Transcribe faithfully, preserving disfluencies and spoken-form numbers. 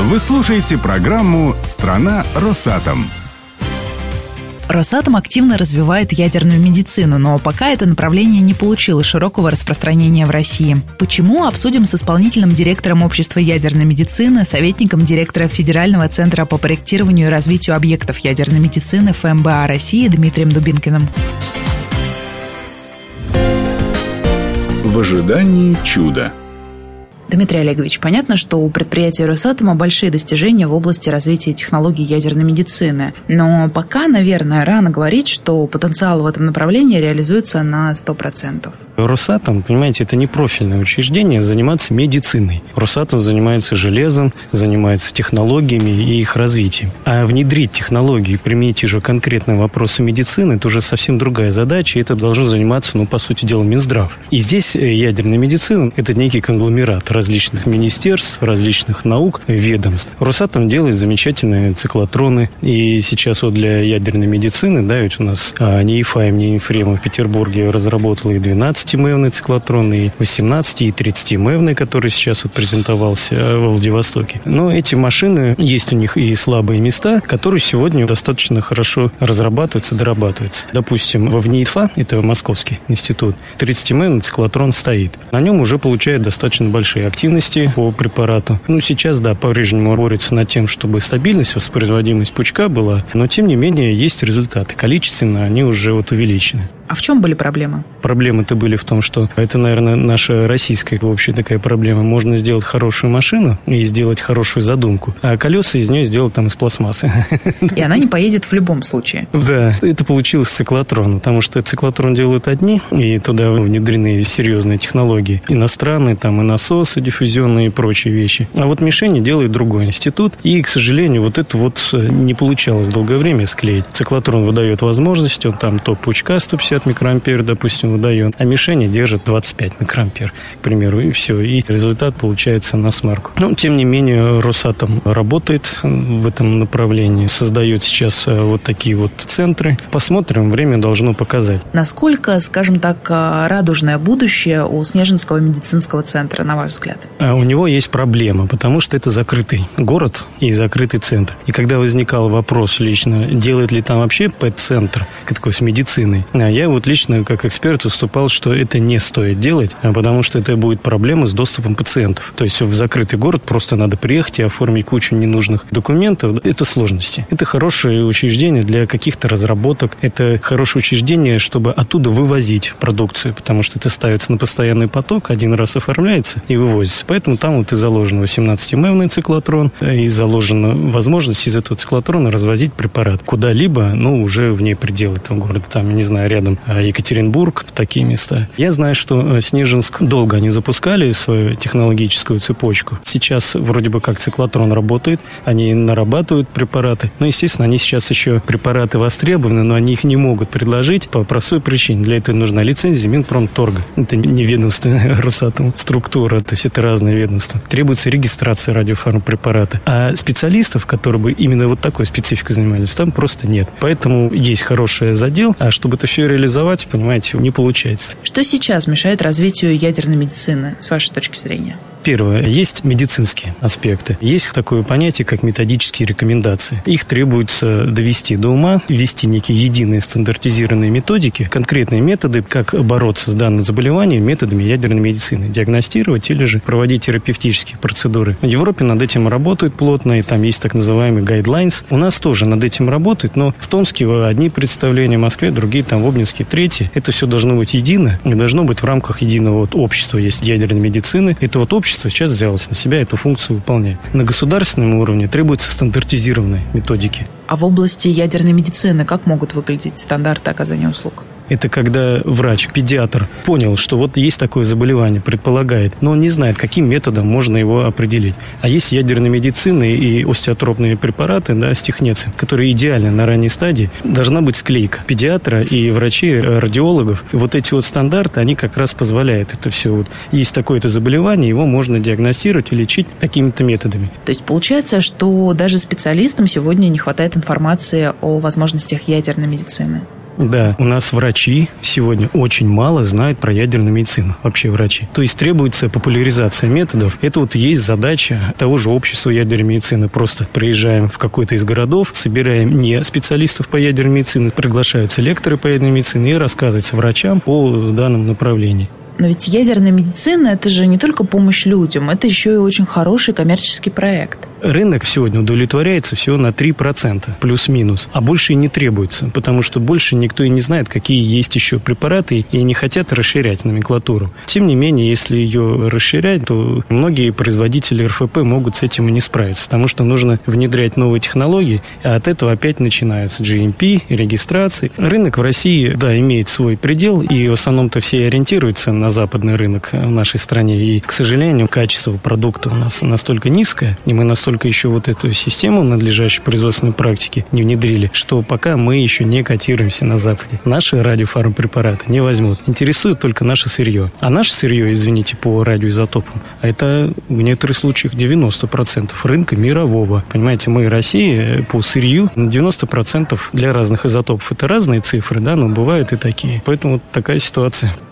Вы слушаете программу «Страна Росатом». Росатом активно развивает ядерную медицину, но пока это направление не получило широкого распространения в России. Почему? Обсудим с исполнительным директором Общества ядерной медицины, советником директора Федерального центра по проектированию и развитию объектов ядерной медицины ФМБА России Дмитрием Дубинкиным. В ожидании чуда. Дмитрий Олегович, понятно, что у предприятия Росатома большие достижения в области развития технологий ядерной медицины. Но пока, наверное, рано говорить, что потенциал в этом направлении реализуется на сто процентов. Росатом, понимаете, это не профильное учреждение заниматься медициной. Росатом занимается железом, занимается технологиями и их развитием. А внедрить технологии, применить уже конкретные вопросы медицины, это уже совсем другая задача, и это должен заниматься, ну, по сути дела, Минздрав. И здесь ядерная медицина – это некий конгломерат различных министерств, различных наук, ведомств. Росатом делает замечательные циклотроны. И сейчас вот для ядерной медицины, да, ведь у нас а, ни ИФА, ни Ефремов в Петербурге разработал и двенадцатимэвный циклотрон, и восемнадцати, и тридцатимэвный, который сейчас вот презентовался во Владивостоке. Но эти машины, есть у них и слабые места, которые сегодня достаточно хорошо разрабатываются, дорабатываются. Допустим, во ВНИИФА, это Московский институт, тридцатимэвный циклотрон стоит. На нем уже получает достаточно большие активности по препарату. Ну, сейчас, да, по-прежнему борется над тем, чтобы стабильность, воспроизводимость пучка была, но, тем не менее, есть результаты. Количественно они уже вот увеличены. А в чем были проблемы? Проблемы-то были в том, что это, наверное, наша российская вообще такая проблема. Можно сделать хорошую машину и сделать хорошую задумку, а колеса из нее сделать там из пластмассы. И она не поедет в любом случае. Да, это получилось с циклотроном, потому что циклотрон делают одни, и туда внедрены серьезные технологии. Иностранные, там и насосы диффузионные и прочие вещи. А вот мишени делает другой институт, и, к сожалению, вот это вот не получалось долгое время склеить. Циклотрон выдает возможность, он там топ пучка сто пятьдесят микроампер, допустим, выдает, а мишени держат двадцать пять микроампер, к примеру, и все. И результат получается на смарку. Но, тем не менее, Росатом работает в этом направлении, создает сейчас вот такие вот центры. Посмотрим, время должно показать. Насколько, скажем так, радужное будущее у Снежинского медицинского центра, на ваш взгляд? А у него есть проблема, потому что это закрытый город и закрытый центр. И когда возникал вопрос лично, делает ли там вообще пэт-центр, такой с медициной, я вот лично как эксперт выступал, что это не стоит делать, потому что это будет проблема с доступом пациентов. То есть в закрытый город просто надо приехать и оформить кучу ненужных документов. Это сложности. Это хорошее учреждение для каких-то разработок. Это хорошее учреждение, чтобы оттуда вывозить продукцию, потому что это ставится на постоянный поток, один раз оформляется и вывозится. Поэтому там вот и заложен восемнадцатимэвный циклотрон, и заложена возможность из этого циклотрона развозить препарат куда-либо, ну, уже вне пределы этого города. Там, не знаю, рядом Екатеринбург, такие места. Я знаю, что Снежинск долго они запускали свою технологическую цепочку. Сейчас вроде бы как циклотрон работает, они нарабатывают препараты. Но, естественно, они сейчас еще препараты востребованы, но они их не могут предложить по простой причине. Для этого нужна лицензия Минпромторга. Это не ведомство Росатом структура, то есть это разные ведомства. Требуется регистрация радиофармпрепарата. А специалистов, которые бы именно вот такой спецификой занимались, там просто нет. Поэтому есть хороший задел, а чтобы это все реализовать, понимаете, не получается. Что сейчас мешает развитию ядерной медицины, с вашей точки зрения? Первое. Есть медицинские аспекты. Есть такое понятие, как методические рекомендации. Их требуется довести до ума, ввести некие единые стандартизированные методики, конкретные методы, как бороться с данным заболеванием методами ядерной медицины. Диагностировать или же проводить терапевтические процедуры. В Европе над этим работают плотно, и там есть так называемый guidelines. У нас тоже над этим работают, но в Томске одни представления, в Москве другие, там в Обнинске третьи. Это все должно быть едино, и должно быть в рамках единого вот общества. Есть ядерной медицины. Это вот общество сейчас взялось на себя эту функцию выполнять. На государственном уровне требуются стандартизированные методики. А в области ядерной медицины как могут выглядеть стандарты оказания услуг? Это когда врач, педиатр понял, что вот есть такое заболевание, предполагает, но он не знает, каким методом можно его определить. А есть ядерная медицина и остеотропные препараты, да, стихнецы, которые идеально на ранней стадии. Должна быть склейка педиатра и врачей, радиологов. И вот эти вот стандарты, они как раз позволяют это все. Вот есть такое-то заболевание, его можно диагностировать и лечить такими-то методами. То есть получается, что даже специалистам сегодня не хватает информации о возможностях ядерной медицины? Да, у нас врачи сегодня очень мало знают про ядерную медицину, вообще врачи. То есть требуется популяризация методов. Это вот есть задача того же общества ядерной медицины. Просто приезжаем в какой-то из городов, собираем не специалистов по ядерной медицине, приглашаются лекторы по ядерной медицине и рассказываются врачам по данному направлению. Но ведь ядерная медицина – это же не только помощь людям, это еще и очень хороший коммерческий проект. Рынок сегодня удовлетворяется всего на три процента, плюс-минус, а больше и не требуется, потому что больше никто и не знает, какие есть еще препараты, и не хотят расширять номенклатуру. Тем не менее, если ее расширять, то многие производители эр эф пэ могут с этим и не справиться, потому что нужно внедрять новые технологии, а от этого опять начинаются джи эм пи, регистрации. Рынок в России, да, имеет свой предел, и в основном-то все ориентируются на западный рынок в нашей стране, и, к сожалению, качество продукта у нас настолько низкое, и мы настолько только еще вот эту систему надлежащей производственной практики не внедрили, что пока мы еще не котируемся на Западе. Наши радиофармпрепараты не возьмут. Интересует только наше сырье. А наше сырье, извините, по радиоизотопам, это в некоторых случаях девяносто процентов рынка мирового. Понимаете, мы, Россия, по сырью на девяносто процентов для разных изотопов. Это разные цифры, да, но бывают и такие. Поэтому вот такая ситуация.